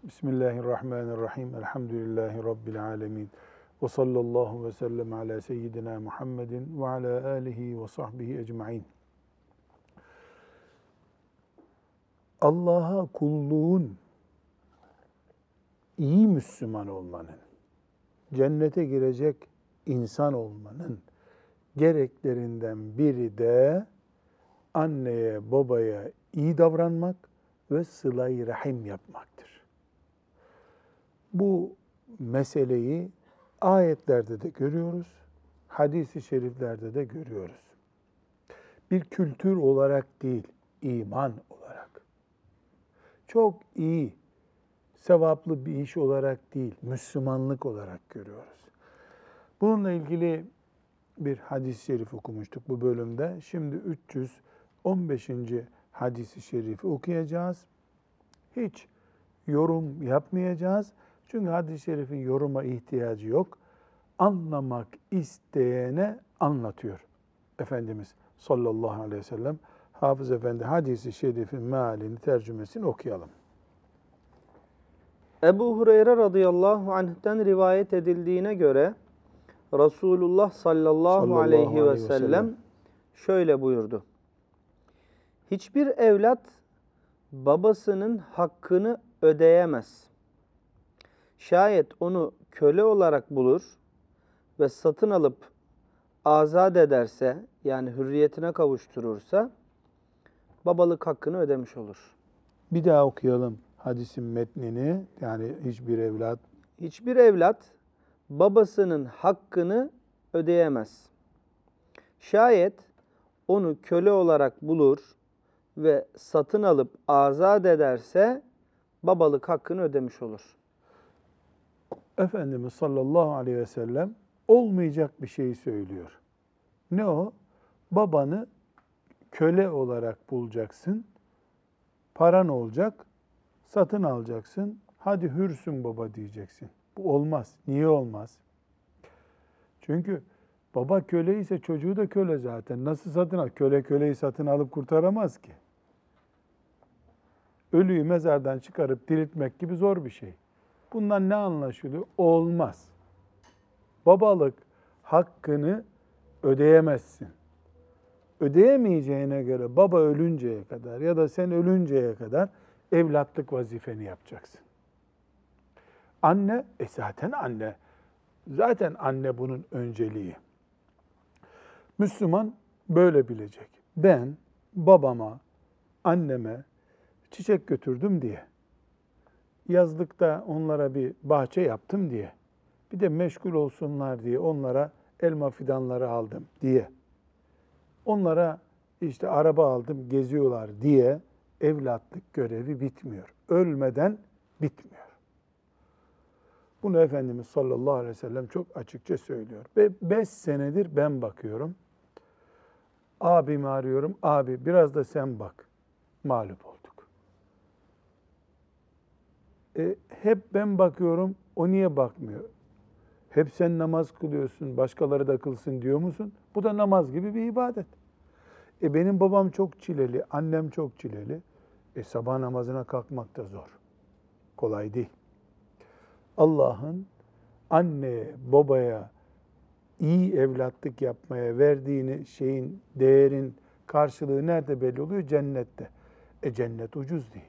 Bismillahirrahmanirrahim. Elhamdülillahi Rabbil alemin. Ve sallallahu ve sellem ala seyyidina Muhammedin ve ala alihi ve sahbihi ecma'in. Allah'a kulluğun, iyi Müslüman olmanın, cennete girecek insan olmanın gereklerinden biri de anneye, babaya iyi davranmak ve sıla-i rahim yapmaktır. Bu meseleyi ayetlerde de görüyoruz, hadis-i şeriflerde de görüyoruz. Bir kültür olarak değil, iman olarak. Çok iyi, sevaplı bir iş olarak değil, Müslümanlık olarak görüyoruz. Bununla ilgili bir hadis-i şerif okumuştuk bu bölümde. Şimdi 315. hadis-i şerifi okuyacağız. Hiç yorum yapmayacağız. Çünkü hadis-i şerifin yoruma ihtiyacı yok. Anlamak isteyene anlatıyor Efendimiz sallallahu aleyhi ve sellem. Hafız Efendi hadis-i şerifin mealini, tercümesini okuyalım. Ebu Hureyre radıyallahu anh'ten rivayet edildiğine göre Resulullah sallallahu aleyhi ve sellem şöyle buyurdu. Hiçbir evlat babasının hakkını ödeyemez. Şayet onu köle olarak bulur ve satın alıp azat ederse, yani hürriyetine kavuşturursa, babalık hakkını ödemiş olur. Bir daha okuyalım hadisin metnini. Yani Hiçbir evlat babasının hakkını ödeyemez. Şayet onu köle olarak bulur ve satın alıp azat ederse babalık hakkını ödemiş olur. Efendimiz sallallahu aleyhi ve sellem olmayacak bir şey söylüyor. Ne o? Babanı köle olarak bulacaksın, paran olacak, satın alacaksın, hadi hürsün baba diyeceksin. Bu olmaz. Niye olmaz? Çünkü baba köle ise çocuğu da köle zaten. Nasıl satın al? Köleyi satın alıp kurtaramaz ki. Ölüyü mezardan çıkarıp diriltmek gibi zor bir şey. Bundan ne anlaşılıyor? Olmaz. Babalık hakkını ödeyemezsin. Ödeyemeyeceğine göre baba ölünceye kadar ya da sen ölünceye kadar evlatlık vazifeni yapacaksın. Anne, zaten anne. Zaten anne bunun önceliği. Müslüman böyle bilecek. Ben babama, anneme çiçek götürdüm diye, yazlıkta onlara bir bahçe yaptım diye, bir de meşgul olsunlar diye onlara elma fidanları aldım diye, onlara işte araba aldım geziyorlar diye evlatlık görevi bitmiyor. Ölmeden bitmiyor. Bunu Efendimiz sallallahu aleyhi ve sellem çok açıkça söylüyor. Ve 5 senedir ben bakıyorum. Abimi arıyorum. Abi biraz da sen bak. Mağlup olduk. Hep ben bakıyorum. O niye bakmıyor? Hep sen namaz kılıyorsun. Başkaları da kılsın diyor musun? Bu da namaz gibi bir ibadet. Benim babam çok çileli. Annem çok çileli. Sabah namazına kalkmak da zor. Kolay değil. Allah'ın anneye, babaya iyi evlatlık yapmaya verdiğini şeyin, değerin karşılığı nerede belli oluyor? Cennette. Cennet ucuz değil.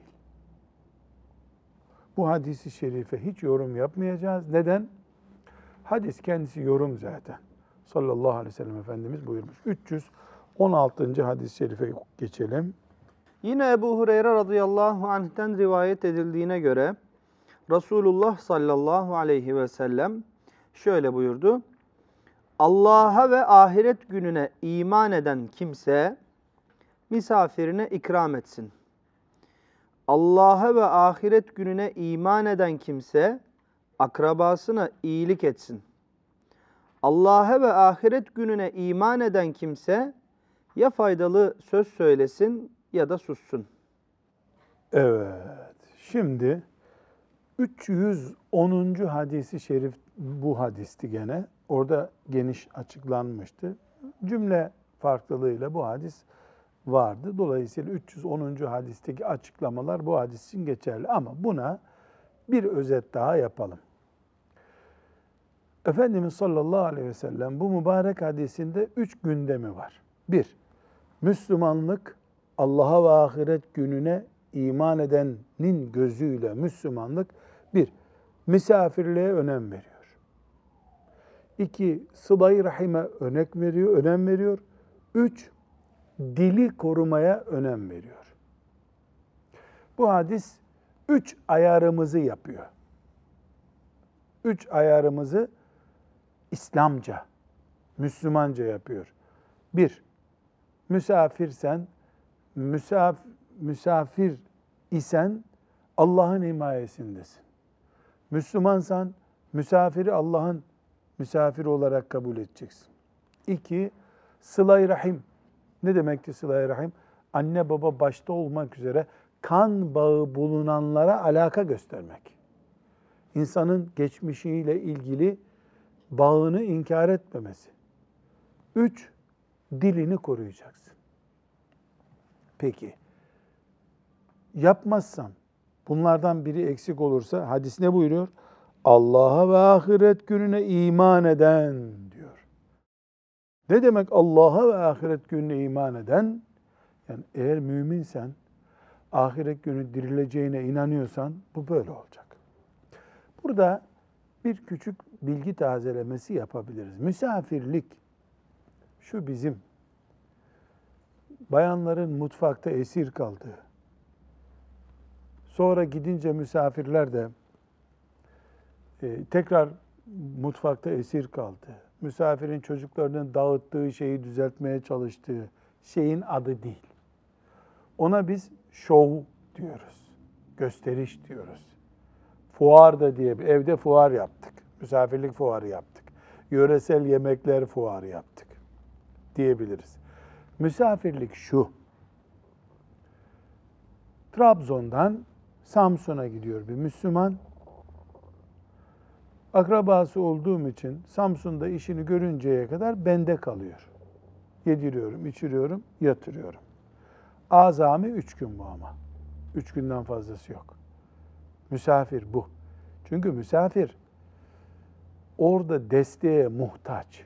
Bu hadisi şerife hiç yorum yapmayacağız. Neden? Hadis kendisi yorum zaten. Sallallahu aleyhi ve sellem Efendimiz buyurmuş. 316. hadis-i şerife geçelim. Yine Ebu Hureyre radıyallahu anh'ten rivayet edildiğine göre Resulullah sallallahu aleyhi ve sellem şöyle buyurdu. Allah'a ve ahiret gününe iman eden kimse misafirine ikram etsin. Allah'a ve ahiret gününe iman eden kimse akrabasına iyilik etsin. Allah'a ve ahiret gününe iman eden kimse ya faydalı söz söylesin ya da sussun. Evet. Şimdi 310. hadisi şerif bu hadisti gene. Orada geniş açıklanmıştı. Cümle farklılığıyla bu hadis vardı. Dolayısıyla 310. hadisteki açıklamalar bu hadis için geçerli. Ama buna bir özet daha yapalım. Efendimiz sallallahu aleyhi ve sellem bu mübarek hadisinde 3 gündemi var. 1. Müslümanlık, Allah'a ve ahiret gününe iman edenin gözüyle Müslümanlık. 1. Misafirliğe önem veriyor. 2. Sıla-i rahime önem veriyor. 3. Dili korumaya önem veriyor. Bu hadis 3 ayarımızı yapıyor. 3 ayarımızı İslamca, Müslümanca yapıyor. 1. Misafir isen Allah'ın himayesindesin. Müslümansan misafiri Allah'ın misafiri olarak kabul edeceksin. 2. Sıla-i rahim. Ne demekti sıla-i rahim? Anne baba başta olmak üzere kan bağı bulunanlara alaka göstermek. İnsanın geçmişiyle ilgili bağını inkar etmemesi. 3. Dilini koruyacaksın. Peki, yapmazsam, bunlardan biri eksik olursa, hadis ne buyuruyor? Allah'a ve ahiret gününe iman eden diyor. Ne demek Allah'a ve ahiret gününe iman eden? Yani eğer müminsen, ahiret günü dirileceğine inanıyorsan bu böyle olacak. Burada bir küçük bilgi tazelemesi yapabiliriz. Misafirlik, şu bizim bayanların mutfakta esir kaldığı, sonra gidince misafirler de tekrar mutfakta esir kaldı. Misafirin çocuklarının dağıttığı şeyi düzeltmeye çalıştığı şeyin adı değil. Ona biz şov diyoruz, gösteriş diyoruz. Fuar da diye evde fuar yaptık, misafirlik fuarı yaptık, yöresel yemekler fuarı yaptık diyebiliriz. Misafirlik şu: Trabzon'dan Samsun'a gidiyor bir Müslüman. Akrabası olduğum için Samsun'da işini görünceye kadar bende kalıyor. Yediriyorum, içiriyorum, yatırıyorum. Azami 3 gün bu ama. 3 günden fazlası yok. Misafir bu. Çünkü misafir orada desteğe muhtaç.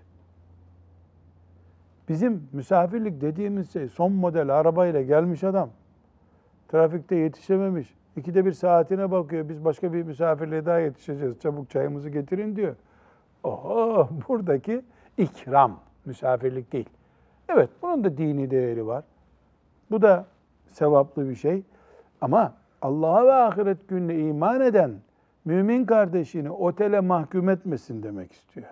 Bizim misafirlik dediğimiz şey son model arabayla gelmiş adam. Trafikte yetişememiş. 2'de 1 saatine bakıyor. Biz başka bir misafirliğe daha yetişeceğiz. Çabuk çayımızı getirin diyor. Oho, buradaki ikram, misafirlik değil. Evet, bunun da dini değeri var. Bu da sevaplı bir şey. Ama Allah'a ve ahiret gününe iman eden mümin kardeşini otele mahkum etmesin demek istiyor.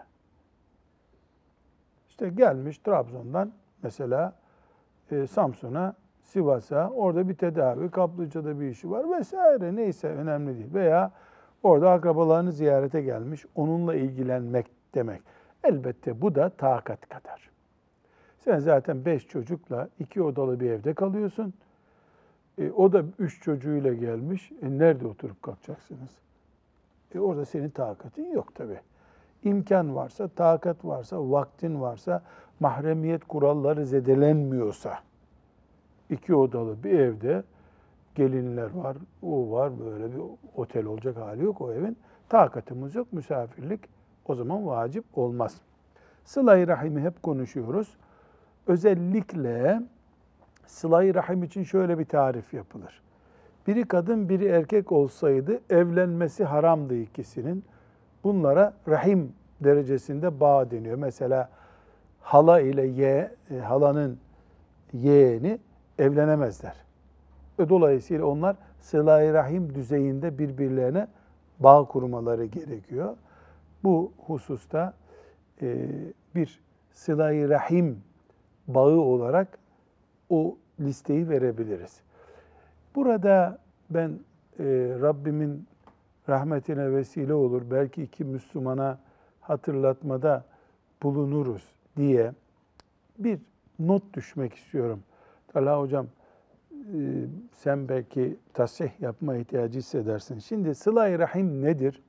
İşte gelmiş Trabzon'dan mesela Samsun'a, Sivas'a, orada bir tedavi, Kaplıca'da bir işi var vesaire, neyse önemli değil. Veya orada akrabalarını ziyarete gelmiş, onunla ilgilenmek demek. Elbette bu da takat kadar. Sen zaten 5 çocukla 2 odalı bir evde kalıyorsun. O da 3 çocuğuyla gelmiş. Nerede oturup kalkacaksınız? Orada senin takatın yok tabii. İmkan varsa, takat varsa, vaktin varsa, mahremiyet kuralları zedelenmiyorsa, 2 odalı bir evde gelinler var, o var, böyle bir otel olacak hali yok o evin. Takatımız yok, misafirlik o zaman vacip olmaz. Sıla-i Rahim'i hep konuşuyoruz. Özellikle sıla-i rahim için şöyle bir tarif yapılır. Biri kadın, biri erkek olsaydı evlenmesi haramdı ikisinin. Bunlara rahim derecesinde bağ deniyor. Mesela hala ile halanın yeğeni evlenemezler. Dolayısıyla onlar sıla-i rahim düzeyinde birbirlerine bağ kurmaları gerekiyor. Bu hususta bir sıla-i rahim bağı olarak o listeyi verebiliriz. Burada ben Rabbimin rahmetine vesile olur, belki 2 Müslümana hatırlatmada bulunuruz diye bir not düşmek istiyorum. Talha Hocam, sen belki tasih yapma ihtiyacı hissedersin. Şimdi sıla-i rahim nedir?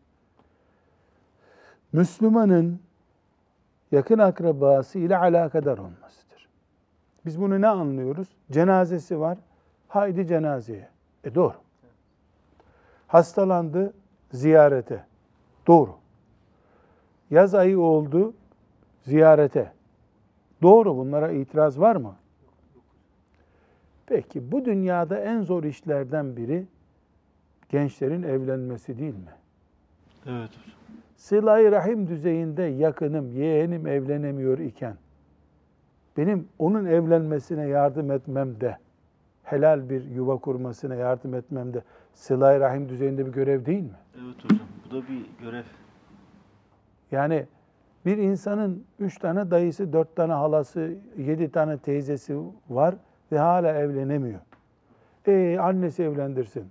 Müslümanın yakın akrabası ile alakadar olmasıdır. Biz bunu ne anlıyoruz? Cenazesi var, haydi cenazeye. Doğru. Hastalandı, ziyarete. Doğru. Yaz ayı oldu, ziyarete. Doğru, bunlara itiraz var mı? Peki bu dünyada en zor işlerden biri gençlerin evlenmesi değil mi? Evet hocam. Sıla-i Rahim düzeyinde yakınım, yeğenim evlenemiyor iken benim onun evlenmesine yardım etmemde, helal bir yuva kurmasına yardım etmemde Sıla-i Rahim düzeyinde bir görev değil mi? Evet hocam. Bu da bir görev. Yani bir insanın 3 tane dayısı, 4 tane halası, 7 tane teyzesi var ve hala evlenemiyor. Annesi evlendirsin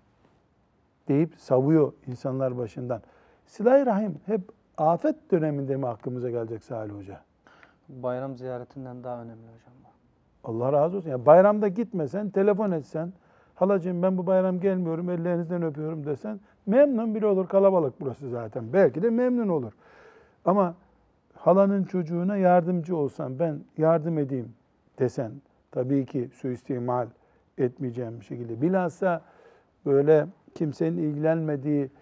deyip savuyor insanlar başından. Sıla-i Rahim hep afet döneminde mi aklımıza gelecek Salih Hoca? Bayram ziyaretinden daha önemli hocam. Allah razı olsun. Yani bayramda gitmesen, telefon etsen, halacığım ben bu bayram gelmiyorum, ellerinizden öpüyorum desen, memnun bile olur, kalabalık burası zaten. Belki de memnun olur. Ama halanın çocuğuna yardımcı olsan, ben yardım edeyim desen, tabii ki suistimal etmeyeceğim bir şekilde. Bilhassa böyle kimsenin ilgilenmediği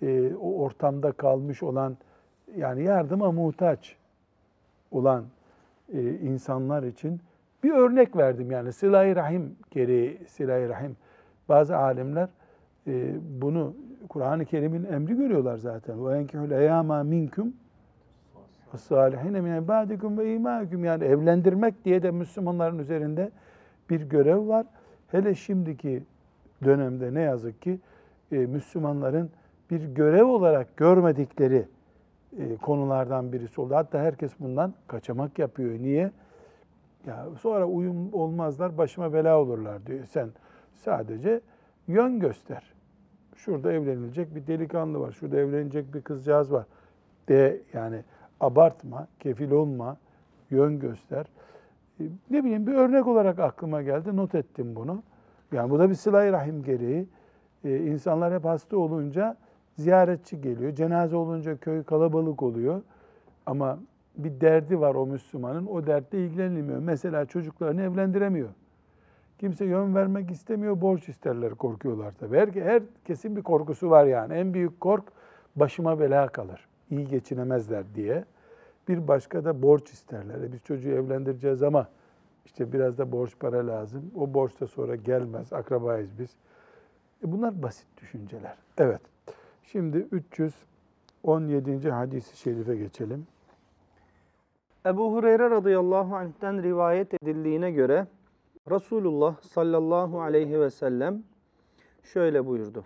o ortamda kalmış olan, yani yardıma muhtaç olan insanlar için bir örnek verdim. Yani sıla-i rahim gereği, sıla-i rahim. Bazı alimler bunu Kur'an-ı Kerim'in emri görüyorlar zaten. Ve enkihul eyama minkum salihine min ibadikum ve imaikum. Yani evlendirmek diye de Müslümanların üzerinde bir görev var. Hele şimdiki dönemde ne yazık ki Müslümanların bir görev olarak görmedikleri konulardan birisi oldu. Hatta herkes bundan kaçamak yapıyor. Niye? Ya sonra uyum olmazlar, başıma bela olurlar diyor. Sen sadece yön göster. Şurada evlenilecek bir delikanlı var, şurada evlenecek bir kızcağız var de, yani abartma, kefil olma, yön göster. Ne bileyim, bir örnek olarak aklıma geldi, not ettim bunu. Yani bu da bir sıla-i rahim gereği. İnsanlar hep hasta olunca ziyaretçi geliyor. Cenaze olunca köy kalabalık oluyor. Ama bir derdi var o Müslümanın, o dertle ilgilenilmiyor. Mesela çocuklarını evlendiremiyor. Kimse yön vermek istemiyor, borç isterler, korkuyorlar tabii. Herkesin bir korkusu var yani. En büyük kork, başıma bela kalır, iyi geçinemezler diye. Bir başka da borç isterler. Biz çocuğu evlendireceğiz ama işte biraz da borç para lazım. O borç da sonra gelmez, akrabayız biz. Bunlar basit düşünceler. Evet. Şimdi 317. hadis-i şerife geçelim. Ebu Hureyre radıyallahu anh'ten rivayet edildiğine göre Resulullah sallallahu aleyhi ve sellem şöyle buyurdu.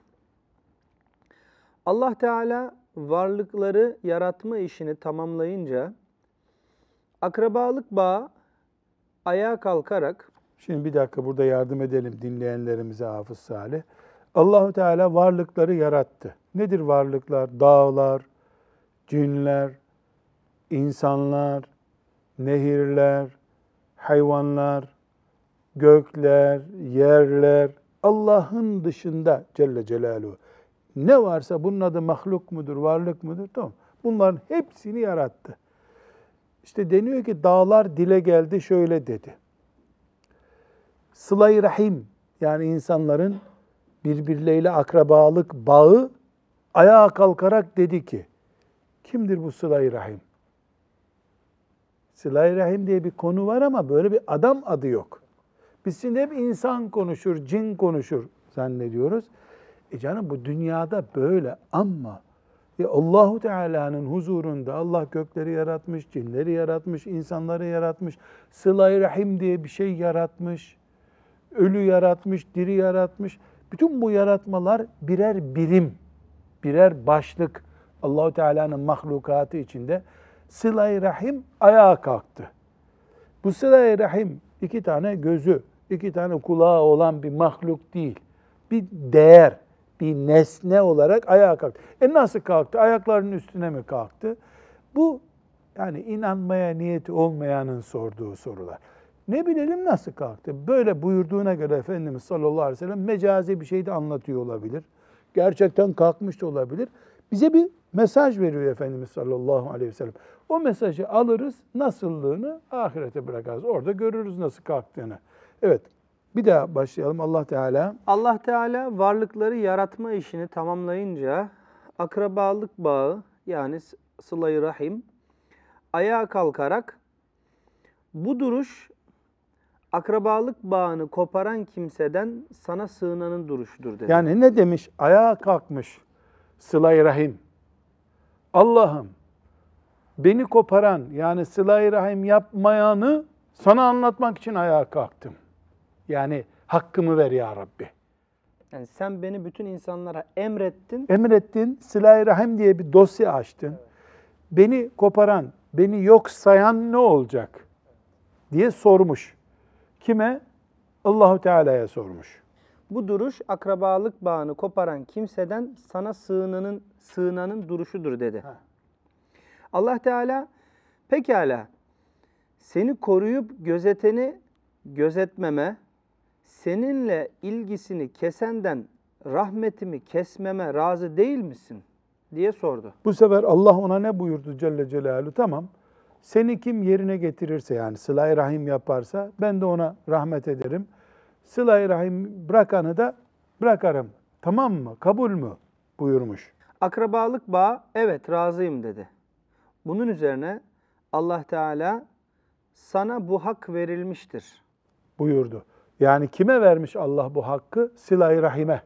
Allah Teala varlıkları yaratma işini tamamlayınca akrabalık bağı ayağa kalkarak, Şimdi bir dakika burada yardım edelim dinleyenlerimize Hafız Salih. Allahu Teala varlıkları yarattı. Nedir varlıklar? Dağlar, cinler, insanlar, nehirler, hayvanlar, gökler, yerler, Allah'ın dışında Celle Celaluhu ne varsa bunun adı mahluk mudur, varlık mudur? Tamam. Bunların hepsini yarattı. İşte deniyor ki dağlar dile geldi, şöyle dedi. Sıla-i Rahim, yani insanların birbirleriyle akrabalık bağı ayağa kalkarak dedi ki, kimdir bu Sıla-i Rahim? Sıla-i Rahim diye bir konu var ama böyle bir adam adı yok. Biz şimdi hep insan konuşur, cin konuşur zannediyoruz. Canım bu dünyada böyle ama Allahu Teala'nın huzurunda Allah gökleri yaratmış, cinleri yaratmış, insanları yaratmış, Sıla-i Rahim diye bir şey yaratmış, ölü yaratmış, diri yaratmış. Bütün bu yaratmalar birer birim, birer başlık Allahu Teala'nın mahlukatı içinde. Sıla-i Rahim ayağa kalktı. Bu Sıla-i Rahim 2 tane gözü, 2 tane kulağı olan bir mahluk değil. Bir değer, bir nesne olarak ayağa kalktı. Nasıl kalktı? Ayaklarının üstüne mi kalktı? Bu yani inanmaya niyeti olmayanın sorduğu sorular. Ne bilelim nasıl kalktı? Böyle buyurduğuna göre Efendimiz sallallahu aleyhi ve sellem mecazi bir şey de anlatıyor olabilir. Gerçekten kalkmış da olabilir. Bize bir mesaj veriyor Efendimiz sallallahu aleyhi ve sellem. O mesajı alırız, nasıllığını ahirete bırakarız. Orada görürüz nasıl kalktığını. Evet, bir daha başlayalım. Allah Teala Allah Teala varlıkları yaratma işini tamamlayınca akrabalık bağı yani sıla-i rahim ayağa kalkarak bu duruş akrabalık bağını koparan kimseden sana sığınanın duruşudur dedi. Yani ne demiş? Ayağa kalkmış sıla-i rahim. Allah'ım beni koparan yani sıla-i rahim yapmayanı sana anlatmak için ayağa kalktım. Yani hakkımı ver ya Rabbi. Yani sen beni bütün insanlara emrettin. Emrettin, sıla-i rahim diye bir dosya açtın. Beni koparan, beni yok sayan ne olacak diye sormuş. Kime? Allahu Teala'ya sormuş. Bu duruş akrabalık bağını koparan kimseden sana sığınanın duruşudur dedi. Ha. Allah Teala pekala seni koruyup gözeteni gözetmeme, seninle ilgisini kesenden rahmetimi kesmeme razı değil misin diye sordu. Bu sefer Allah ona ne buyurdu Celle Celaluhu? Tamam, seni kim yerine getirirse yani sıla-i rahim yaparsa ben de ona rahmet ederim. Sıla-i rahim bırakanı da bırakarım. Tamam mı? Kabul mü? Buyurmuş. Akrabalık bağı evet razıyım dedi. Bunun üzerine Allah Teala sana bu hak verilmiştir. Buyurdu. Yani kime vermiş Allah bu hakkı? Sıla-i rahime.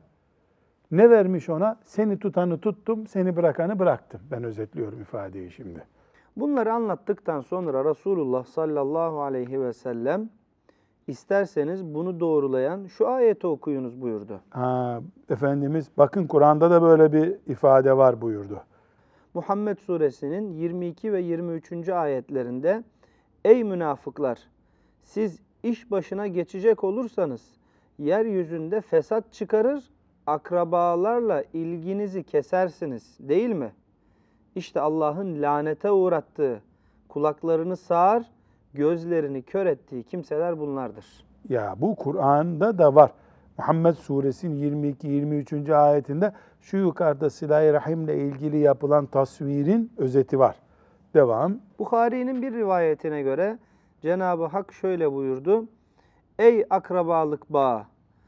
Ne vermiş ona? Seni tutanı tuttum, seni bırakanı bıraktım. Ben özetliyorum ifadeyi şimdi. Bunları anlattıktan sonra Resulullah sallallahu aleyhi ve sellem isterseniz bunu doğrulayan şu ayeti okuyunuz buyurdu. Efendimiz bakın Kur'an'da da böyle bir ifade var buyurdu. Muhammed suresinin 22 ve 23. ayetlerinde ey münafıklar siz iş başına geçecek olursanız yeryüzünde fesat çıkarır, akrabalarla ilginizi kesersiniz değil mi? İşte Allah'ın lanete uğrattığı, kulaklarını sağır, gözlerini kör ettiği kimseler bunlardır. Ya bu Kur'an'da da var. Muhammed suresinin 22-23. ayetinde şu yukarıda sıla-i rahimle ilgili yapılan tasvirin özeti var. Devam. Bukhari'nin bir rivayetine göre Cenab-ı Hak şöyle buyurdu. Ey akrabalık bağı,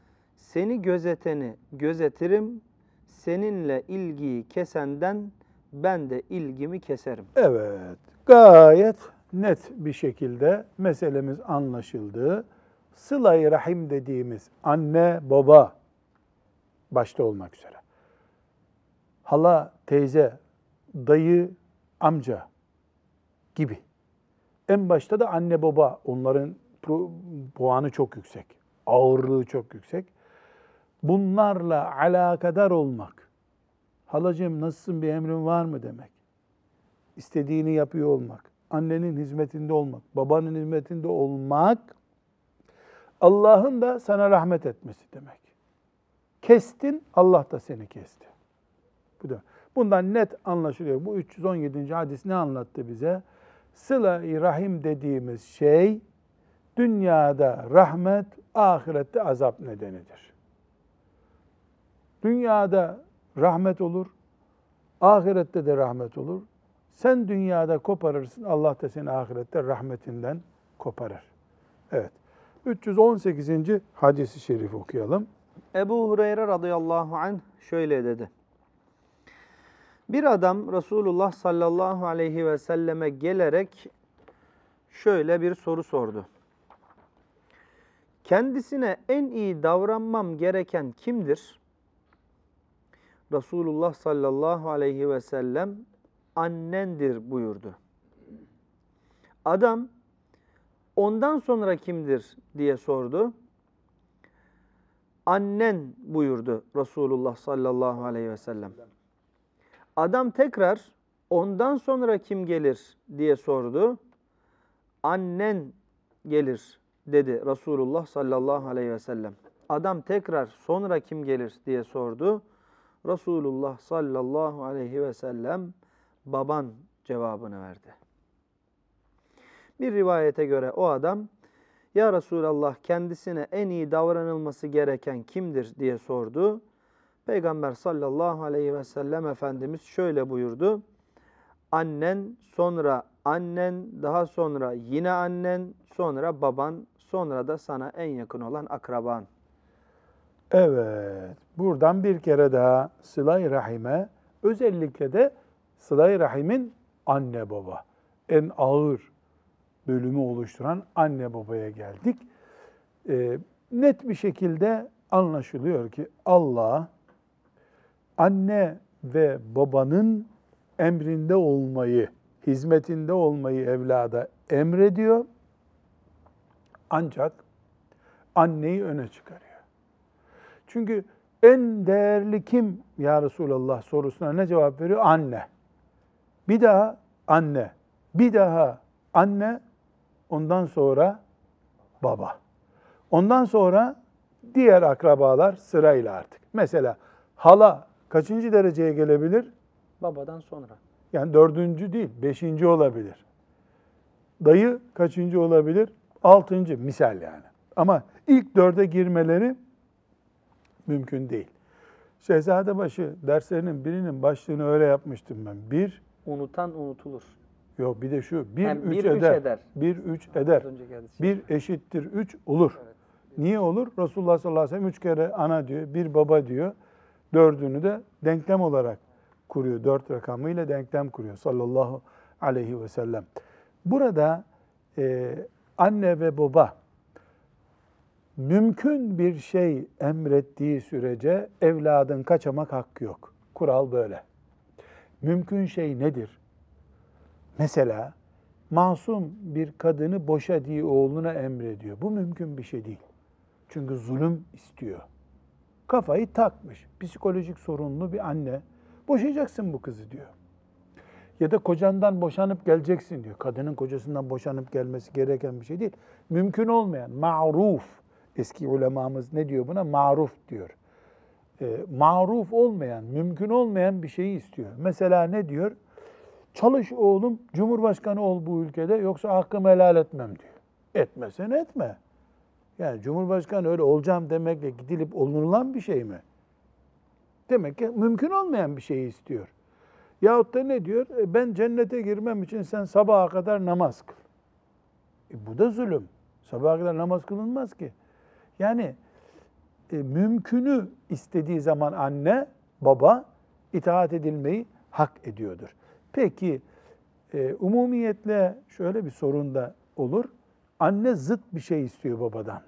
seni gözeteni gözetirim, seninle ilgiyi kesenden ben de ilgimi keserim. Evet, gayet net bir şekilde meselemiz anlaşıldı. Sıla-i rahim dediğimiz anne, baba başta olmak üzere. Hala, teyze, dayı, amca gibi. En başta da anne baba, onların puanı çok yüksek, ağırlığı çok yüksek. Bunlarla alakadar olmak, halacığım nasılsın bir emrin var mı demek, istediğini yapıyor olmak, annenin hizmetinde olmak, babanın hizmetinde olmak, Allah'ın da sana rahmet etmesi demek. Kestin, Allah da seni kesti. Bu da. Bundan net anlaşılıyor. Bu 317. hadis ne anlattı bize? Sıla-i rahim dediğimiz şey, dünyada rahmet, ahirette azap nedenidir. Dünyada rahmet olur, ahirette de rahmet olur. Sen dünyada koparırsın, Allah da seni ahirette rahmetinden koparır. Evet. 318. hadis-i şerif okuyalım. Ebu Hureyre radıyallahu anh şöyle dedi. Bir adam Resulullah sallallahu aleyhi ve selleme gelerek şöyle bir soru sordu. Kendisine en iyi davranmam gereken kimdir? Resulullah sallallahu aleyhi ve sellem annendir buyurdu. Adam ondan sonra kimdir diye sordu. Annen buyurdu Resulullah sallallahu aleyhi ve sellem. Adam tekrar ondan sonra kim gelir diye sordu. Annen gelir dedi Resulullah sallallahu aleyhi ve sellem. Adam tekrar sonra kim gelir diye sordu. Resulullah sallallahu aleyhi ve sellem baban cevabını verdi. Bir rivayete göre o adam ya Resulallah kendisine en iyi davranılması gereken kimdir diye sordu. Peygamber sallallahu aleyhi ve sellem Efendimiz şöyle buyurdu. Annen, sonra annen, daha sonra yine annen, sonra baban, sonra da sana en yakın olan akraban. Evet, buradan bir kere daha sıla-i rahime Özellikle de sıla-i rahimin anne baba. En ağır bölümü oluşturan anne babaya geldik. Net bir şekilde anlaşılıyor ki Allah anne ve babanın emrinde olmayı, hizmetinde olmayı evlada emrediyor. Ancak anneyi öne çıkarıyor. Çünkü en değerli kim ya Resulallah sorusuna ne cevap veriyor? Anne. Bir daha anne. Bir daha anne. Ondan sonra baba. Ondan sonra diğer akrabalar sırayla artık. Mesela hala kaçıncı dereceye gelebilir? Babadan sonra. Yani 4. değil, 5. olabilir. Dayı kaçıncı olabilir? 6. misal yani. Ama ilk 4'e girmeleri mümkün değil. Şehzadebaşı derslerinin birinin başlığını öyle yapmıştım ben. Unutan unutulur. Yok bir de şu, 1 Yani 3 1, 3 eder. eder. 1 3 eder. Az önceki hadis. 1 eşittir 3 olur. Evet. Niye olur? Resulullah sallallahu aleyhi ve sellem 3 kere ana diyor, 1 baba diyor. 4'ünü de denklem olarak kuruyor. 4 rakamıyla denklem kuruyor sallallahu aleyhi ve sellem. Burada anne ve baba mümkün bir şey emrettiği sürece evladın kaçamak hakkı yok. Kural böyle. Mümkün şey nedir? Mesela masum bir kadını boşa diye oğluna emrediyor. Bu mümkün bir şey değil. Çünkü zulüm istiyor. Kafayı takmış. Psikolojik sorunlu bir anne. Boşayacaksın bu kızı diyor. Ya da kocandan boşanıp geleceksin diyor. Kadının kocasından boşanıp gelmesi gereken bir şey değil. Mümkün olmayan, ma'ruf. Eski ulemamız ne diyor buna? Ma'ruf diyor. Ma'ruf olmayan, mümkün olmayan bir şeyi istiyor. Mesela ne diyor? Çalış oğlum, cumhurbaşkanı ol bu ülkede yoksa hakkımı helal etmem diyor. Etmesen etme. Yani cumhurbaşkanı öyle olacağım demekle gidilip olunulan bir şey mi? Demek ki mümkün olmayan bir şeyi istiyor. Yahut da ne diyor? Ben cennete girmem için sen sabaha kadar namaz kıl. Bu da zulüm. Sabaha kadar namaz kılınmaz ki. Yani mümkünü istediği zaman anne, baba itaat edilmeyi hak ediyordur. Peki umumiyetle şöyle bir sorun da olur. Anne zıt bir şey istiyor babadan.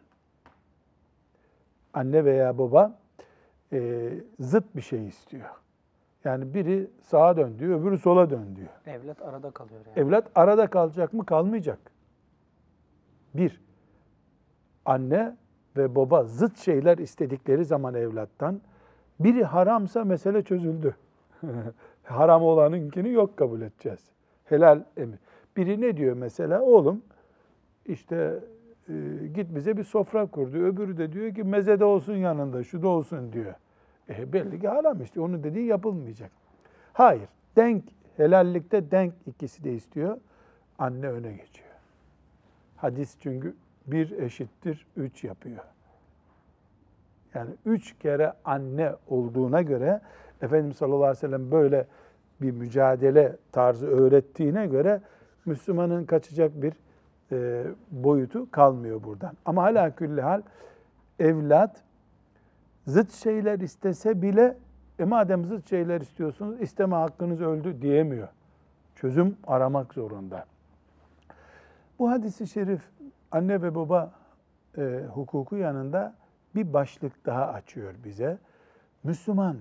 Anne veya baba zıt bir şey istiyor. Yani biri sağa dön diyor, öbürü sola dön diyor. Evlat arada kalıyor yani. Evlat arada kalacak mı? Kalmayacak. Bir, anne ve baba zıt şeyler istedikleri zaman evlattan, biri haramsa mesele çözüldü. Haram olanınkini yok kabul edeceğiz. Helal emir. Biri ne diyor mesela? Oğlum işte git bize bir sofra kur diyor. Öbürü de diyor ki mezede olsun yanında, şu da olsun diyor. Belli ki haram işte. Onun dediği yapılmayacak. Hayır. Denk, helallikte denk ikisi de istiyor. Anne öne geçiyor. Hadis çünkü 1 eşittir 3 yapıyor. Yani 3 kere anne olduğuna göre Efendimiz sallallahu aleyhi ve sellem böyle bir mücadele tarzı öğrettiğine göre Müslümanın kaçacak bir boyutu kalmıyor buradan. Ama hala külli hal evlat zıt şeyler istese bile madem zıt şeyler istiyorsunuz isteme hakkınız öldü diyemiyor. Çözüm aramak zorunda. Bu hadis-i şerif anne ve baba hukuku yanında bir başlık daha açıyor bize. Müslüman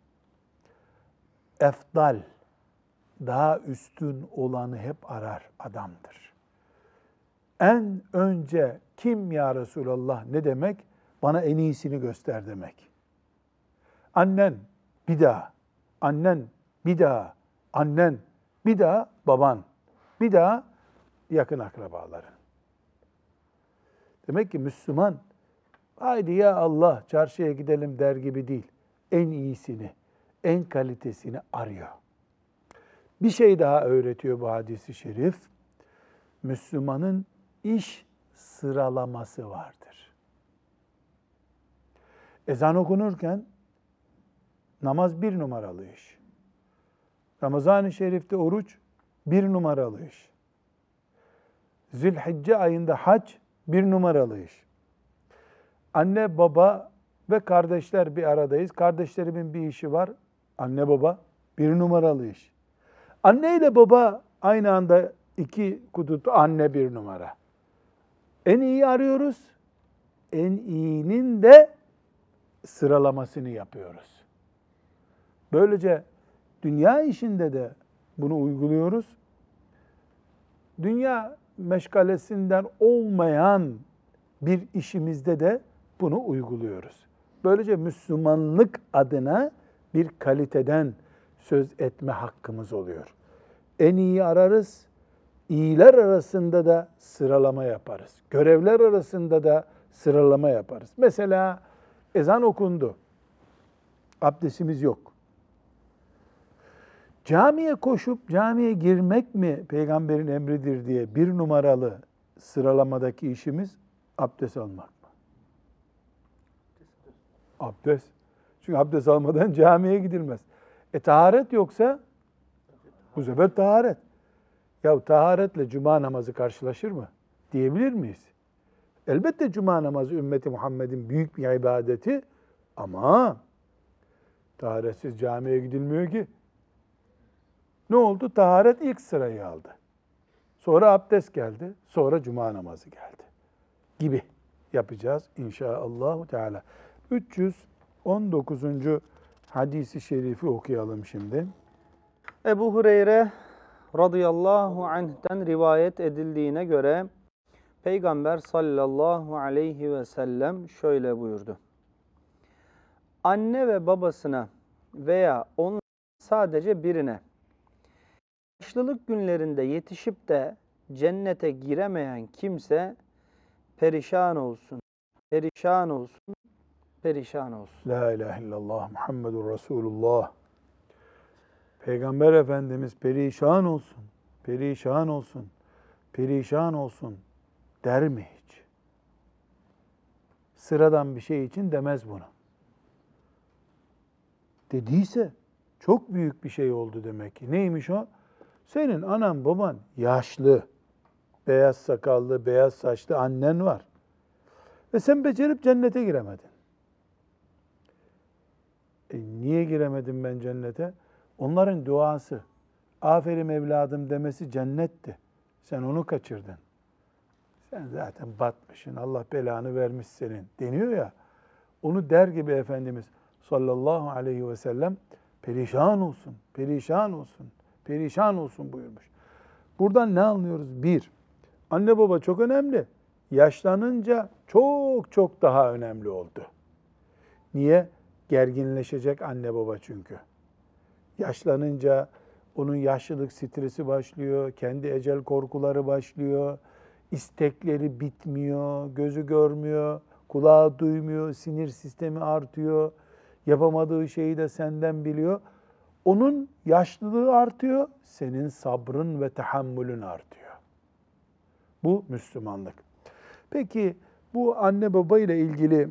efdal, daha üstün olanı hep arar adamdır. En önce kim ya Resulallah ne demek? Bana en iyisini göster demek. Annen bir daha, annen bir daha, annen bir daha, baban bir daha, yakın akrabaların. Demek ki Müslüman haydi ya Allah çarşıya gidelim der gibi değil. En iyisini, en kalitesini arıyor. Bir şey daha öğretiyor bu hadis-i şerif. Müslümanın iş sıralaması vardır. Ezan okunurken namaz 1 numaralı iş. Ramazan-ı Şerif'te oruç 1 numaralı iş. Zülhicce ayında hac 1 numaralı iş. Anne, baba ve kardeşler bir aradayız. Kardeşlerimin bir işi var. Anne, baba Bir numaralı iş. Anne ile baba aynı anda iki kudut, anne bir numara. En iyi arıyoruz. En iyinin de sıralamasını yapıyoruz. Böylece dünya işinde de bunu uyguluyoruz. Dünya meşgalesinden olmayan bir işimizde de bunu uyguluyoruz. Böylece Müslümanlık adına bir kaliteden söz etme hakkımız oluyor. En iyi ararız, iyiler arasında da sıralama yaparız. Görevler arasında da sıralama yaparız. Mesela ezan okundu, abdestimiz yok. Camiye koşup camiye girmek mi peygamberin emridir diye bir numaralı sıralamadaki işimiz abdest almak mı? Abdest. Çünkü abdest almadan camiye gidilmez. Taharet yoksa bu sefer taharet. Ya taharetle cuma namazı karşılaşır mı? Diyebilir miyiz? Elbette cuma namazı ümmeti Muhammed'in büyük bir ibadeti ama taharetsiz camiye gidilmiyor ki. Ne oldu? Taharet ilk sırayı aldı. Sonra abdest geldi. Sonra cuma namazı geldi. Gibi yapacağız inşallah Teala. 319. hadisi şerifi okuyalım şimdi. Ebu Hureyre radıyallahu anh'ten rivayet edildiğine göre Peygamber sallallahu aleyhi ve sellem şöyle buyurdu. Anne ve babasına veya onun sadece birine yaşlılık günlerinde yetişip de cennete giremeyen kimse perişan olsun, perişan olsun, perişan olsun. La ilahe illallah Muhammedur Resulullah. Peygamber Efendimiz perişan olsun, perişan olsun, perişan olsun der mi hiç? Sıradan bir şey için demez bunu. Dediyse çok büyük bir şey oldu demek ki. Neymiş o? Senin anan baban yaşlı, beyaz sakallı, beyaz saçlı annen var. Ve sen becerip cennete giremedin. Niye giremedim ben cennete? Onların duası, aferin evladım demesi cennetti. Sen onu kaçırdın. Sen zaten batmışsın, Allah belanı vermiş senin deniyor ya. Onu der gibi Efendimiz sallallahu aleyhi ve sellem perişan olsun, perişan olsun, perişan olsun buyurmuş. Buradan ne anlıyoruz? Bir, anne baba çok önemli. Yaşlanınca çok çok daha önemli oldu. Niye? Gerginleşecek anne baba çünkü. Yaşlanınca onun yaşlılık stresi başlıyor, kendi ecel korkuları başlıyor, istekleri bitmiyor, gözü görmüyor, kulağı duymuyor, sinir sistemi artıyor, yapamadığı şeyi de senden biliyor. Onun yaşlılığı artıyor, senin sabrın ve tahammülün artıyor. Bu Müslümanlık. Peki bu anne baba ile ilgili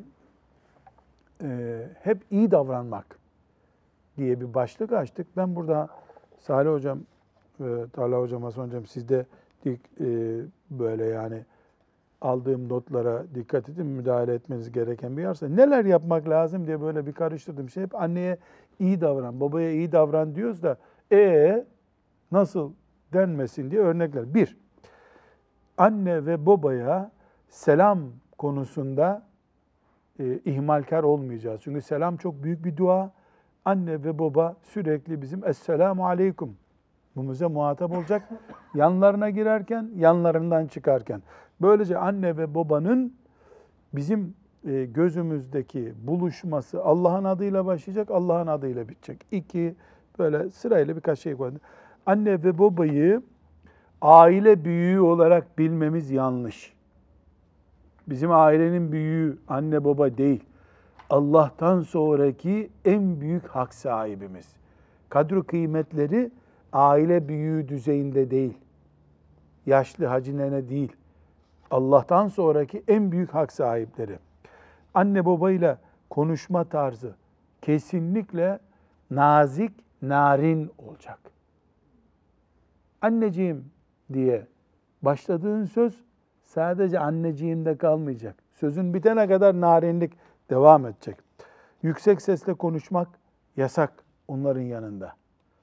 hep iyi davranmak diye bir başlık açtık. Ben burada Salih Hocam, Talha Hocam, Hasan Hocam sizde böyle yani aldığım notlara dikkat edin, müdahale etmeniz gereken bir varsa neler yapmak lazım diye böyle bir karıştırdım. Hep anneye iyi davran, babaya iyi davran diyoruz da nasıl denmesin diye örnekler. Bir, anne ve babaya selam konusunda ihmalkar olmayacağız. Çünkü selam çok büyük bir dua. Anne ve baba sürekli bizim Esselamu Aleyküm bize muhatap olacak. Yanlarına girerken, yanlarından çıkarken. Böylece anne ve babanın bizim gözümüzdeki buluşması Allah'ın adıyla başlayacak, Allah'ın adıyla bitecek. İki, böyle sırayla birkaç şey koydum. Anne ve babayı aile büyüğü olarak bilmemiz yanlış. Bizim ailenin büyüğü anne baba değil. Allah'tan sonraki en büyük hak sahibimiz. Kadri kıymetleri aile büyüğü düzeyinde değil. Yaşlı hacı nene değil. Allah'tan sonraki en büyük hak sahipleri. Anne babayla konuşma tarzı kesinlikle nazik, narin olacak. Anneciğim diye başladığın söz sadece anneciğimde kalmayacak. Sözün bitene kadar narinlik devam edecek. Yüksek sesle konuşmak yasak onların yanında.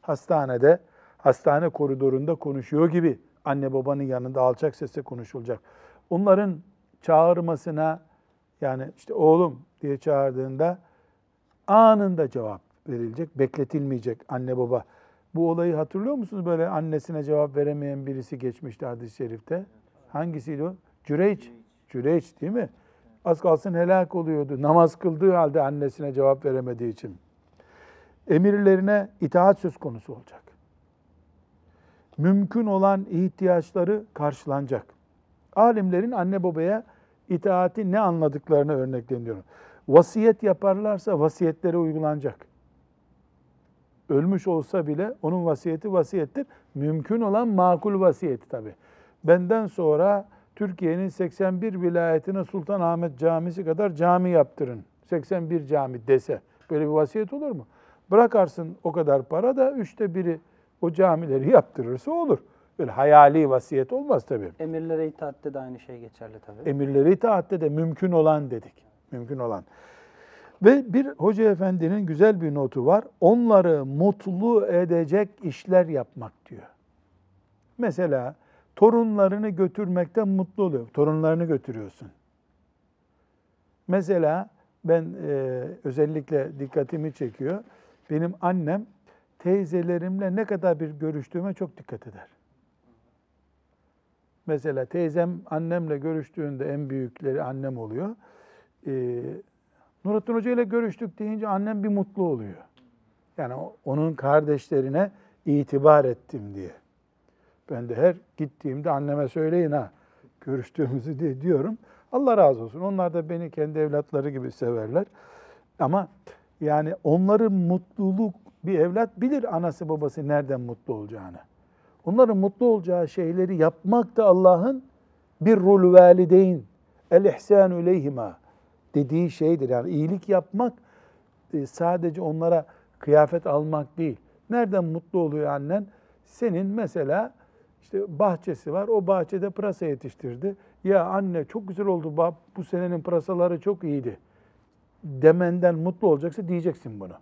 hastanede, hastane koridorunda konuşuyor gibi anne babanın yanında alçak sesle konuşulacak. Onların çağırmasına, yani işte oğlum diye çağırdığında anında cevap verilecek, bekletilmeyecek anne baba. Bu olayı hatırlıyor musunuz? Böyle annesine cevap veremeyen birisi geçmişti hadis-i şerifte. Hangisiydi o? Cüreyç. Cüreyç değil mi? Az kalsın helak oluyordu. Namaz kıldığı halde annesine cevap veremediği için. Emirlerine itaat söz konusu olacak. Mümkün olan ihtiyaçları karşılanacak. Alimlerin anne babaya itaati ne anladıklarını örnekleniyorum. Vasiyet yaparlarsa vasiyetleri uygulanacak. Ölmüş olsa bile onun vasiyeti vasiyettir. Mümkün olan makul vasiyeti tabii. Benden sonra Türkiye'nin 81 vilayetine Sultanahmet Camisi kadar cami yaptırın. 81 cami dese böyle bir vasiyet olur mu? Bırakarsın o kadar para da 1/3 o camileri yaptırırsa olur. Böyle hayali vasiyet olmaz tabii. Emirlere itaatte de aynı şey geçerli tabii. Emirleri itaatte de mümkün olan dedik. Mümkün olan. Ve bir hoca efendinin güzel bir notu var. Onları mutlu edecek işler yapmak diyor. Mesela torunlarını götürmekten mutlu oluyor. Torunlarını götürüyorsun. Mesela ben özellikle dikkatimi çekiyor. Benim annem teyzelerimle ne kadar bir görüştüğüme çok dikkat eder. Mesela teyzem annemle görüştüğünde en büyükleri annem oluyor. Nurattin Hoca ile görüştük deyince annem bir mutlu oluyor. Yani onun kardeşlerine itibar ettim diye. Ben de her gittiğimde anneme söyleyin ha görüştüğümüzü diye diyorum. Allah razı olsun. Onlar da beni kendi evlatları gibi severler. Ama yani onların mutluluk, bir evlat bilir anası babası nereden mutlu olacağını. Onların mutlu olacağı şeyleri yapmak da Allah'ın birrul valideyn, el ihsanu ileyhima dediği şeydir. Yani iyilik yapmak sadece onlara kıyafet almak değil. Nereden mutlu oluyor annen? Senin mesela işte bahçesi var, o bahçede pırasa yetiştirdi. Ya anne çok güzel oldu, bu senenin pırasaları çok iyiydi demenden mutlu olacaksa diyeceksin bunu.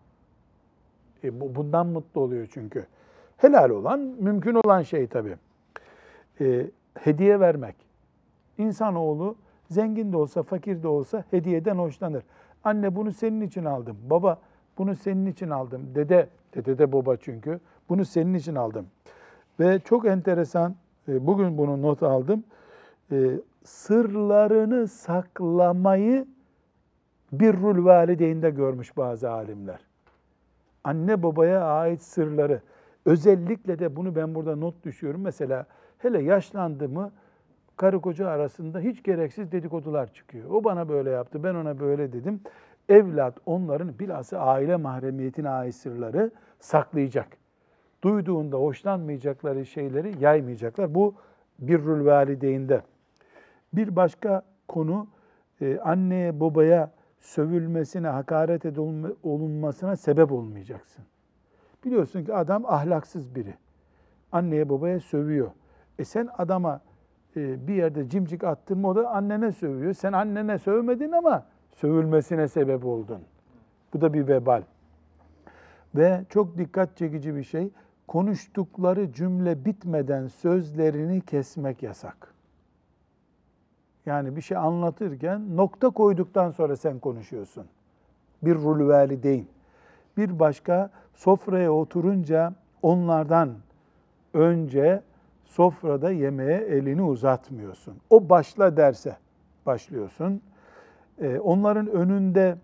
Bundan mutlu oluyor çünkü. Helal olan, mümkün olan şey tabii. Hediye vermek. İnsanoğlu zengin de olsa, fakir de olsa hediyeden hoşlanır. Anne bunu senin için aldım. Baba bunu senin için aldım. Dede de baba çünkü. Bunu senin için aldım. Ve çok enteresan, bugün bunu not aldım. Sırlarını saklamayı birrul valideynde görmüş bazı alimler. Anne babaya ait sırları. Özellikle de bunu ben burada not düşüyorum. Mesela hele yaşlandı mı karı koca arasında hiç gereksiz dedikodular çıkıyor. O bana böyle yaptı, ben ona böyle dedim. Evlat onların bilhassa aile mahremiyetine ait sırları saklayacak. Duyduğunda hoşlanmayacakları şeyleri yaymayacaklar. Bu birrul valideynde. Bir başka konu anneye babaya sövülmesine, hakaret olunmasına sebep olmayacaksın. Biliyorsun ki adam ahlaksız biri. Anneye babaya sövüyor. Sen adama bir yerde cimcik attın mı o da annene sövüyor. Sen annene sövmedin ama sövülmesine sebep oldun. Bu da bir vebal. Ve çok dikkat çekici bir şey, konuştukları cümle bitmeden sözlerini kesmek yasak. Yani bir şey anlatırken nokta koyduktan sonra sen konuşuyorsun. Birrul valideyn. Bir başka, sofraya oturunca onlardan önce sofrada yemeğe elini uzatmıyorsun. O başla derse başlıyorsun. Onların önünde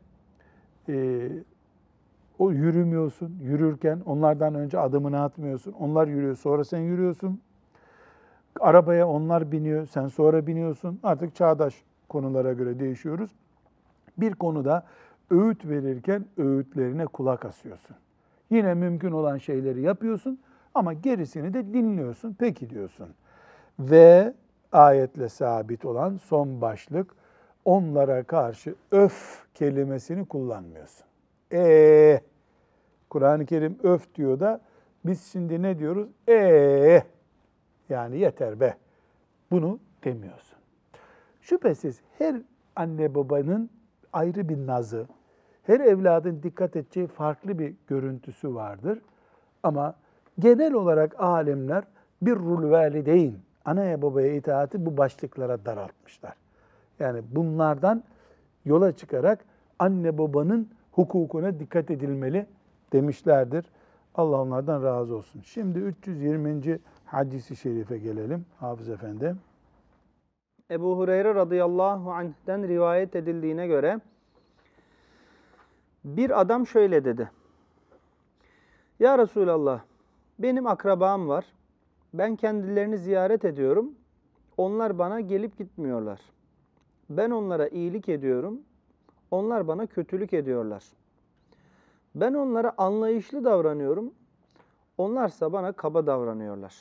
o yürümüyorsun. Yürürken onlardan önce adımını atmıyorsun. Onlar yürüyor, sonra sen yürüyorsun. Arabaya onlar biniyor, sen sonra biniyorsun. Artık çağdaş konulara göre değişiyoruz. Bir konuda öğüt verirken öğütlerine kulak asıyorsun. Yine mümkün olan şeyleri yapıyorsun ama gerisini de dinliyorsun. Peki diyorsun. Ve ayetle sabit olan son başlık, onlara karşı öf kelimesini kullanmıyorsun. Kur'an-ı Kerim öf diyor da biz şimdi ne diyoruz? Yani yeter be. Bunu demiyorsun. Şüphesiz her anne babanın ayrı bir nazı, her evladın dikkat edeceği farklı bir görüntüsü vardır. Ama Genel olarak alimler birrul valideyn, anaya babaya itaati bu başlıklara daraltmışlar. Yani bunlardan yola çıkarak anne babanın hukukuna dikkat edilmeli demişlerdir. Allah onlardan razı olsun. Şimdi 320. hadisi şerife gelelim Hafız Efendi. Ebu Hureyre radıyallahu anh'ten rivayet edildiğine göre bir adam şöyle dedi. Ya Resulallah, benim akrabam var. Ben kendilerini ziyaret ediyorum. Onlar bana gelip gitmiyorlar. Ben onlara iyilik ediyorum. Onlar bana kötülük ediyorlar. Ben onlara anlayışlı davranıyorum. Onlarsa bana kaba davranıyorlar.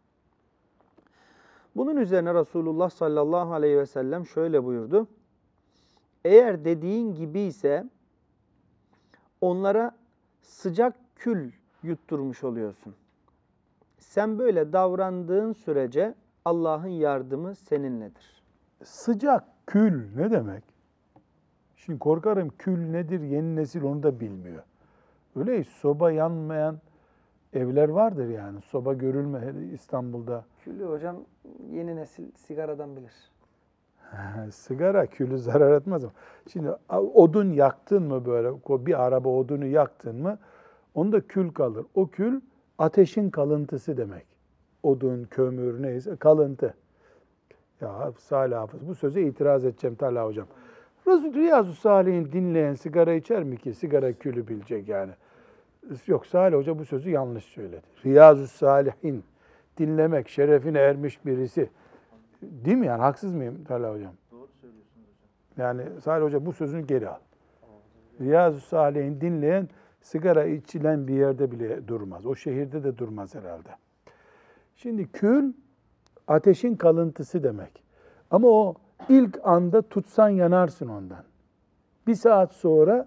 Bunun üzerine Resulullah sallallahu aleyhi ve sellem şöyle buyurdu. Eğer dediğin gibi ise onlara sıcak kül yutturmuş oluyorsun. Sen böyle davrandığın sürece Allah'ın yardımı seninledir. Sıcak kül ne demek? Şimdi korkarım kül nedir, yeni nesil onu da bilmiyor. Öyle soba yanmayan evler vardır yani. Soba görülme İstanbul'da. Külü hocam yeni nesil sigaradan bilir. Sigara külü zarar etmez ama. Şimdi odun yaktın mı böyle, bir araba odunu yaktın mı onda kül kalır. O kül ateşin kalıntısı demek. Odun, kömür neyse kalıntı. Ya Salih Hafız bu söze itiraz edeceğim Talha Hocam. Riyazu Salih'in dinleyen sigara içer mi ki? Sigara külü bilecek yani. Yok Salih Hoca bu sözü yanlış söyledi. Riyazu Salih'in dinlemek şerefine ermiş birisi. Değil mi yani? Haksız mıyım Talha Hocam? Doğru söylüyorsunuz hocam. Yani Salih Hoca bu sözünü geri al. Riyazu Salih'in dinleyen sigara içilen bir yerde bile durmaz. O şehirde de durmaz herhalde. Şimdi kül ateşin kalıntısı demek. Ama o ilk anda tutsan yanarsın ondan. Bir saat sonra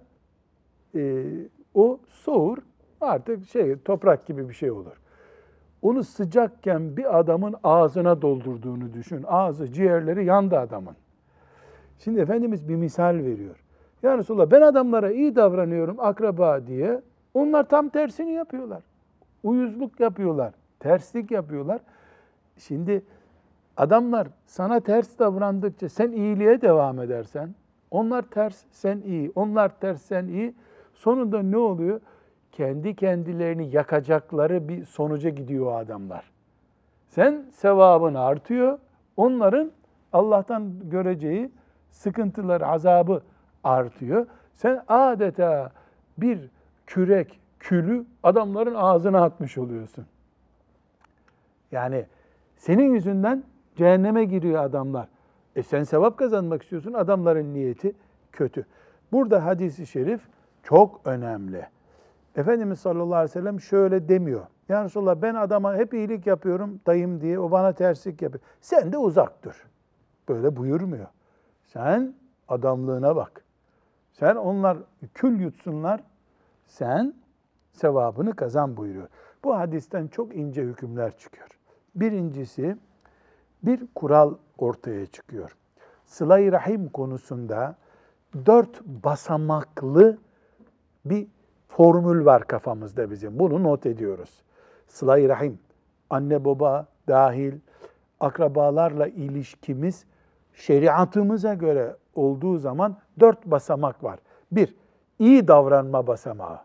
o soğur artık toprak gibi bir şey olur. Onu sıcakken bir adamın ağzına doldurduğunu düşün. Ağzı, ciğerleri yandı adamın. Şimdi Efendimiz bir misal veriyor. Ya Resulallah ben adamlara iyi davranıyorum akraba diye. Onlar tam tersini yapıyorlar. Uyuzluk yapıyorlar. Terslik yapıyorlar. Şimdi adamlar sana ters davrandıkça sen iyiliğe devam edersen, onlar ters sen iyi, onlar ters sen iyi. Sonunda ne oluyor? Kendi kendilerini yakacakları bir sonuca gidiyor o adamlar. Sen sevabın artıyor, onların Allah'tan göreceği sıkıntıları, azabı artıyor. Sen adeta bir kürek, külü adamların ağzına atmış oluyorsun. Yani senin yüzünden cehenneme giriyor adamlar. Sen sevap kazanmak istiyorsun, adamların niyeti kötü. Burada hadis-i şerif çok önemli. Efendimiz sallallahu aleyhi ve sellem şöyle demiyor. Ya Resulallah ben adama hep iyilik yapıyorum dayım diye, o bana terslik yapıyor. Sen de uzak dur. Böyle buyurmuyor. Sen adamlığına bak. Sen onlar kül yutsunlar, sen sevabını kazan buyuruyor. Bu hadisten çok ince hükümler çıkıyor. Birincisi, bir kural ortaya çıkıyor. Sıla-i Rahim konusunda 4 basamaklı bir formül var kafamızda bizim. Bunu not ediyoruz. Sıla-i Rahim, anne baba dahil akrabalarla ilişkimiz şeriatımıza göre olduğu zaman 4 basamak var. 1, iyi davranma basamağı.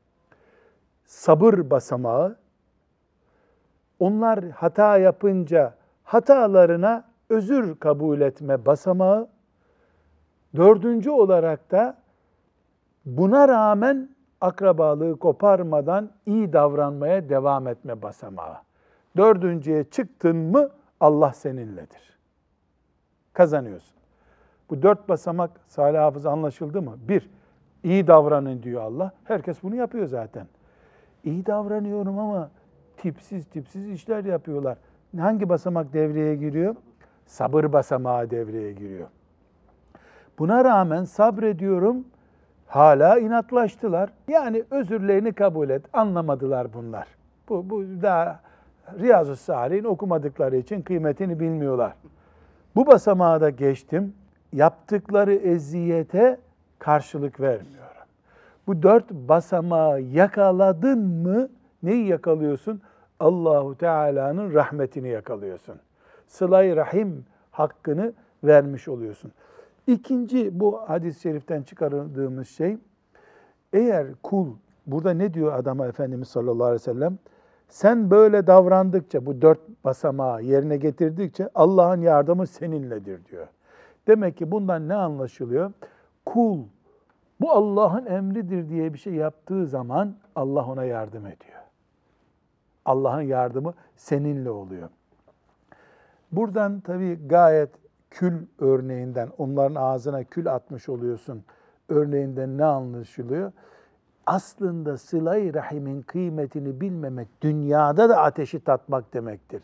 Sabır basamağı. Onlar hata yapınca hatalarına özür kabul etme basamağı. 4. olarak da buna rağmen akrabalığı koparmadan iyi davranmaya devam etme basamağı. 4.'ye çıktın mı Allah seninledir. Kazanıyorsun. Bu 4 basamak Salih Hafız anlaşıldı mı? 1, iyi davranın diyor Allah. Herkes bunu yapıyor zaten. İyi davranıyorum ama tipsiz işler yapıyorlar. Hangi basamak devreye giriyor? Sabır basamağı devreye giriyor. Buna rağmen sabrediyorum, hala inatlaştılar. Yani özürlerini kabul et, anlamadılar bunlar. Bu daha Riyazu Salih'in okumadıkları için kıymetini bilmiyorlar. Bu basamağı da geçtim, yaptıkları eziyete karşılık vermiyorum. Bu 4 basamağı yakaladın mı, neyi yakalıyorsun? Allahu Teala'nın rahmetini yakalıyorsun. Sıla-i rahim hakkını vermiş oluyorsun. İkinci bu hadis-i şeriften çıkardığımız şey, eğer kul, burada ne diyor adama Efendimiz sallallahu aleyhi ve sellem? Sen böyle davrandıkça, bu 4 basamağı yerine getirdikçe Allah'ın yardımı seninledir diyor. Demek ki bundan ne anlaşılıyor? Kul bu Allah'ın emridir diye bir şey yaptığı zaman Allah ona yardım ediyor. Allah'ın yardımı seninle oluyor. Buradan tabii gayet kül örneğinden, onların ağzına kül atmış oluyorsun örneğinden ne anlaşılıyor? Aslında sıla-i rahimin kıymetini bilmemek, dünyada da ateşi tatmak demektir.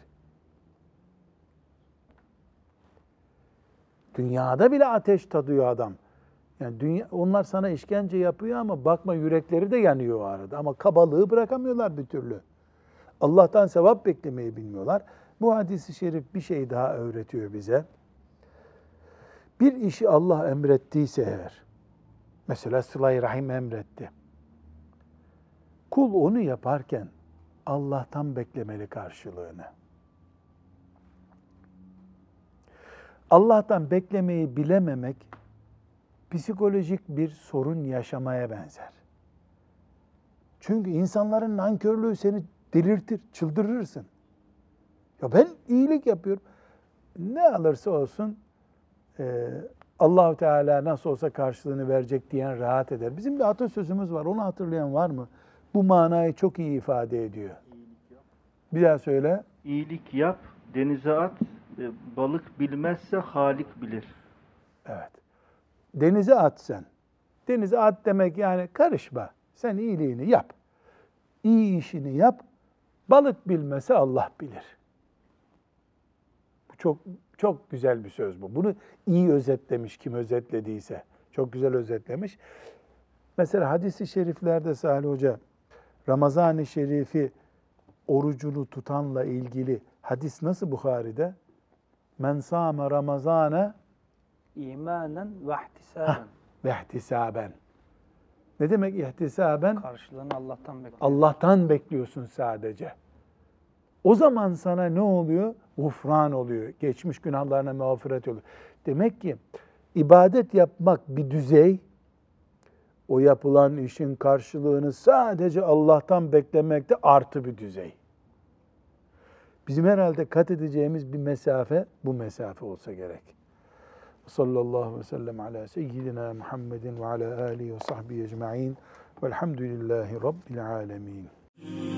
Dünyada bile ateş tadıyor adam. Yani onlar sana işkence yapıyor ama bakma yürekleri de yanıyor o arada. Ama kabalığı bırakamıyorlar bir türlü. Allah'tan sevap beklemeyi bilmiyorlar. Bu hadis-i şerif bir şey daha öğretiyor bize. Bir işi Allah emrettiyse eğer, mesela sıla-i rahim emretti. Kul onu yaparken Allah'tan beklemeli karşılığını. Allah'tan beklemeyi bilememek, psikolojik bir sorun yaşamaya benzer. Çünkü insanların nankörlüğü seni delirtir, çıldırırsın. Ya ben iyilik yapıyorum. Ne alırsa olsun Allah-u Teala nasıl olsa karşılığını verecek diyen rahat eder. Bizim bir atasözümüz var, onu hatırlayan var mı? Bu manayı çok iyi ifade ediyor. Bir daha söyle. İyilik yap, denize at, balık bilmezse Halik bilir. Evet. Denize at sen. Denize at demek yani karışma. Sen iyiliğini yap. İyi işini yap. Balık bilmese Allah bilir. Bu çok çok güzel bir söz bu. Bunu iyi özetlemiş kim özetlediyse. Çok güzel özetlemiş. Mesela hadis-i şeriflerde Salih Hoca, Ramazan-ı Şerif'i orucunu tutanla ilgili hadis nasıl Bukhari'de? Men sâme Ramazâne İmanen ve ihtisaben. ve ihtisaben. Ne demek ihtisaben? Karşılığını Allah'tan bekliyor. Allah'tan bekliyorsun sadece. O zaman sana ne oluyor? Gufran oluyor. Geçmiş günahlarına mağfiret oluyor. Demek ki ibadet yapmak bir düzey, o yapılan işin karşılığını sadece Allah'tan beklemekte artı bir düzey. Bizim herhalde kat edeceğimiz bir mesafe bu mesafe olsa gerek. Sallallahu aleyhi ve sellem ala seyyidina Muhammedin ve ala alihi ve sahbihi ecma'in velhamdülillahi rabbil alemin.